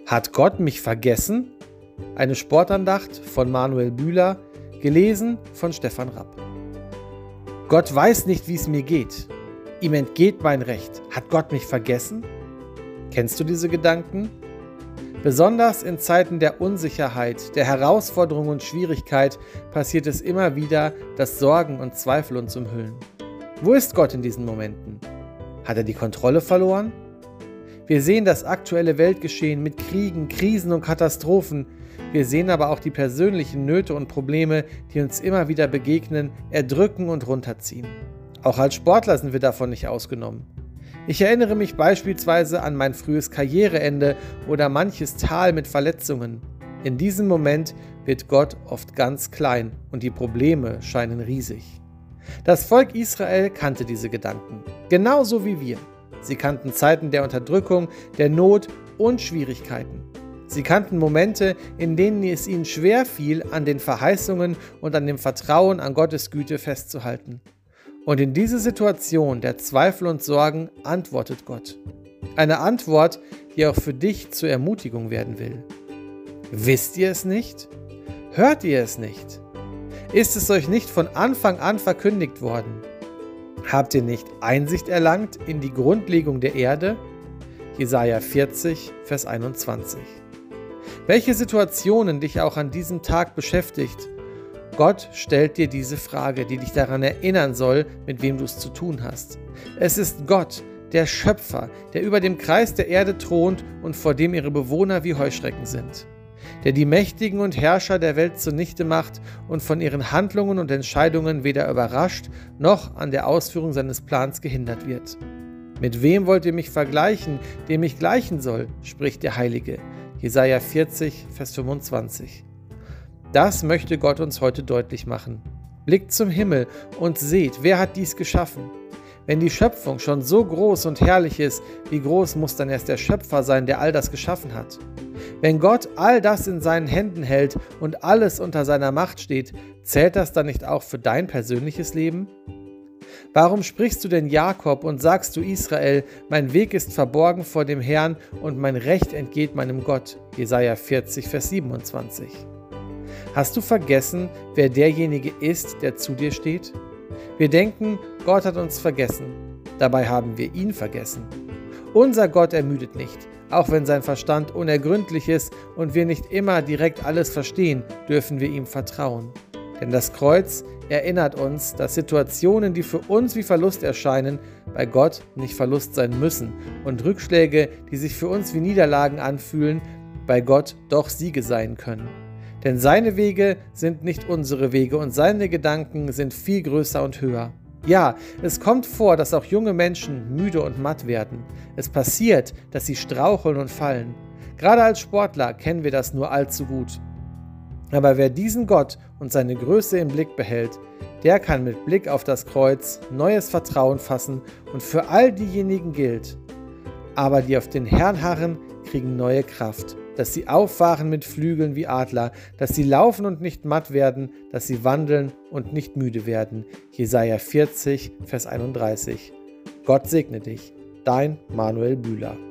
Hat Gott mich vergessen? Eine Sportandacht von Manuel Bühler, gelesen von Stefan Rapp. Gott weiß nicht, wie es mir geht. Ihm entgeht mein Recht. Hat Gott mich vergessen? Kennst du diese Gedanken? Besonders in Zeiten der Unsicherheit, der Herausforderung und Schwierigkeit passiert es immer wieder, dass Sorgen und Zweifel uns umhüllen. Wo ist Gott in diesen Momenten? Hat er die Kontrolle verloren? Wir sehen das aktuelle Weltgeschehen mit Kriegen, Krisen und Katastrophen. Wir sehen aber auch die persönlichen Nöte und Probleme, die uns immer wieder begegnen, erdrücken und runterziehen. Auch als Sportler sind wir davon nicht ausgenommen. Ich erinnere mich beispielsweise an mein frühes Karriereende oder manches Tal mit Verletzungen. In diesem Moment wird Gott oft ganz klein und die Probleme scheinen riesig. Das Volk Israel kannte diese Gedanken, genauso wie wir. Sie kannten Zeiten der Unterdrückung, der Not und Schwierigkeiten. Sie kannten Momente, in denen es ihnen schwer fiel, an den Verheißungen und an dem Vertrauen an Gottes Güte festzuhalten. Und in diese Situation der Zweifel und Sorgen antwortet Gott. Eine Antwort, die auch für dich zur Ermutigung werden will. Wisst ihr es nicht? Hört ihr es nicht? Ist es euch nicht von Anfang an verkündigt worden? Habt ihr nicht Einsicht erlangt in die Grundlegung der Erde? Jesaja 40, Vers 21. Welche Situationen dich auch an diesem Tag beschäftigt, Gott stellt dir diese Frage, die dich daran erinnern soll, mit wem du es zu tun hast. Es ist Gott, der Schöpfer, der über dem Kreis der Erde thront und vor dem ihre Bewohner wie Heuschrecken sind. Der die Mächtigen und Herrscher der Welt zunichte macht und von ihren Handlungen und Entscheidungen weder überrascht noch an der Ausführung seines Plans gehindert wird. Mit wem wollt ihr mich vergleichen, dem ich gleichen soll, spricht der Heilige. Jesaja 40, Vers 25. Das möchte Gott uns heute deutlich machen. Blickt zum Himmel und seht, wer hat dies geschaffen? Wenn die Schöpfung schon so groß und herrlich ist, wie groß muss dann erst der Schöpfer sein, der all das geschaffen hat? Wenn Gott all das in seinen Händen hält und alles unter seiner Macht steht, zählt das dann nicht auch für dein persönliches Leben? Warum sprichst du denn Jakob und sagst du Israel, mein Weg ist verborgen vor dem Herrn und mein Recht entgeht meinem Gott? Jesaja 40, Vers 27. Hast du vergessen, wer derjenige ist, der zu dir steht? Wir denken, Gott hat uns vergessen. Dabei haben wir ihn vergessen. Unser Gott ermüdet nicht. Auch wenn sein Verstand unergründlich ist und wir nicht immer direkt alles verstehen, dürfen wir ihm vertrauen. Denn das Kreuz erinnert uns, dass Situationen, die für uns wie Verlust erscheinen, bei Gott nicht Verlust sein müssen und Rückschläge, die sich für uns wie Niederlagen anfühlen, bei Gott doch Siege sein können. Denn seine Wege sind nicht unsere Wege und seine Gedanken sind viel größer und höher. Ja, es kommt vor, dass auch junge Menschen müde und matt werden. Es passiert, dass sie straucheln und fallen. Gerade als Sportler kennen wir das nur allzu gut. Aber wer diesen Gott und seine Größe im Blick behält, der kann mit Blick auf das Kreuz neues Vertrauen fassen und für all diejenigen gilt. Aber die auf den Herrn harren, kriegen neue Kraft, dass sie auffahren mit Flügeln wie Adler, dass sie laufen und nicht matt werden, dass sie wandeln und nicht müde werden. Jesaja 40, Vers 31. Gott segne dich, dein Manuel Bühler.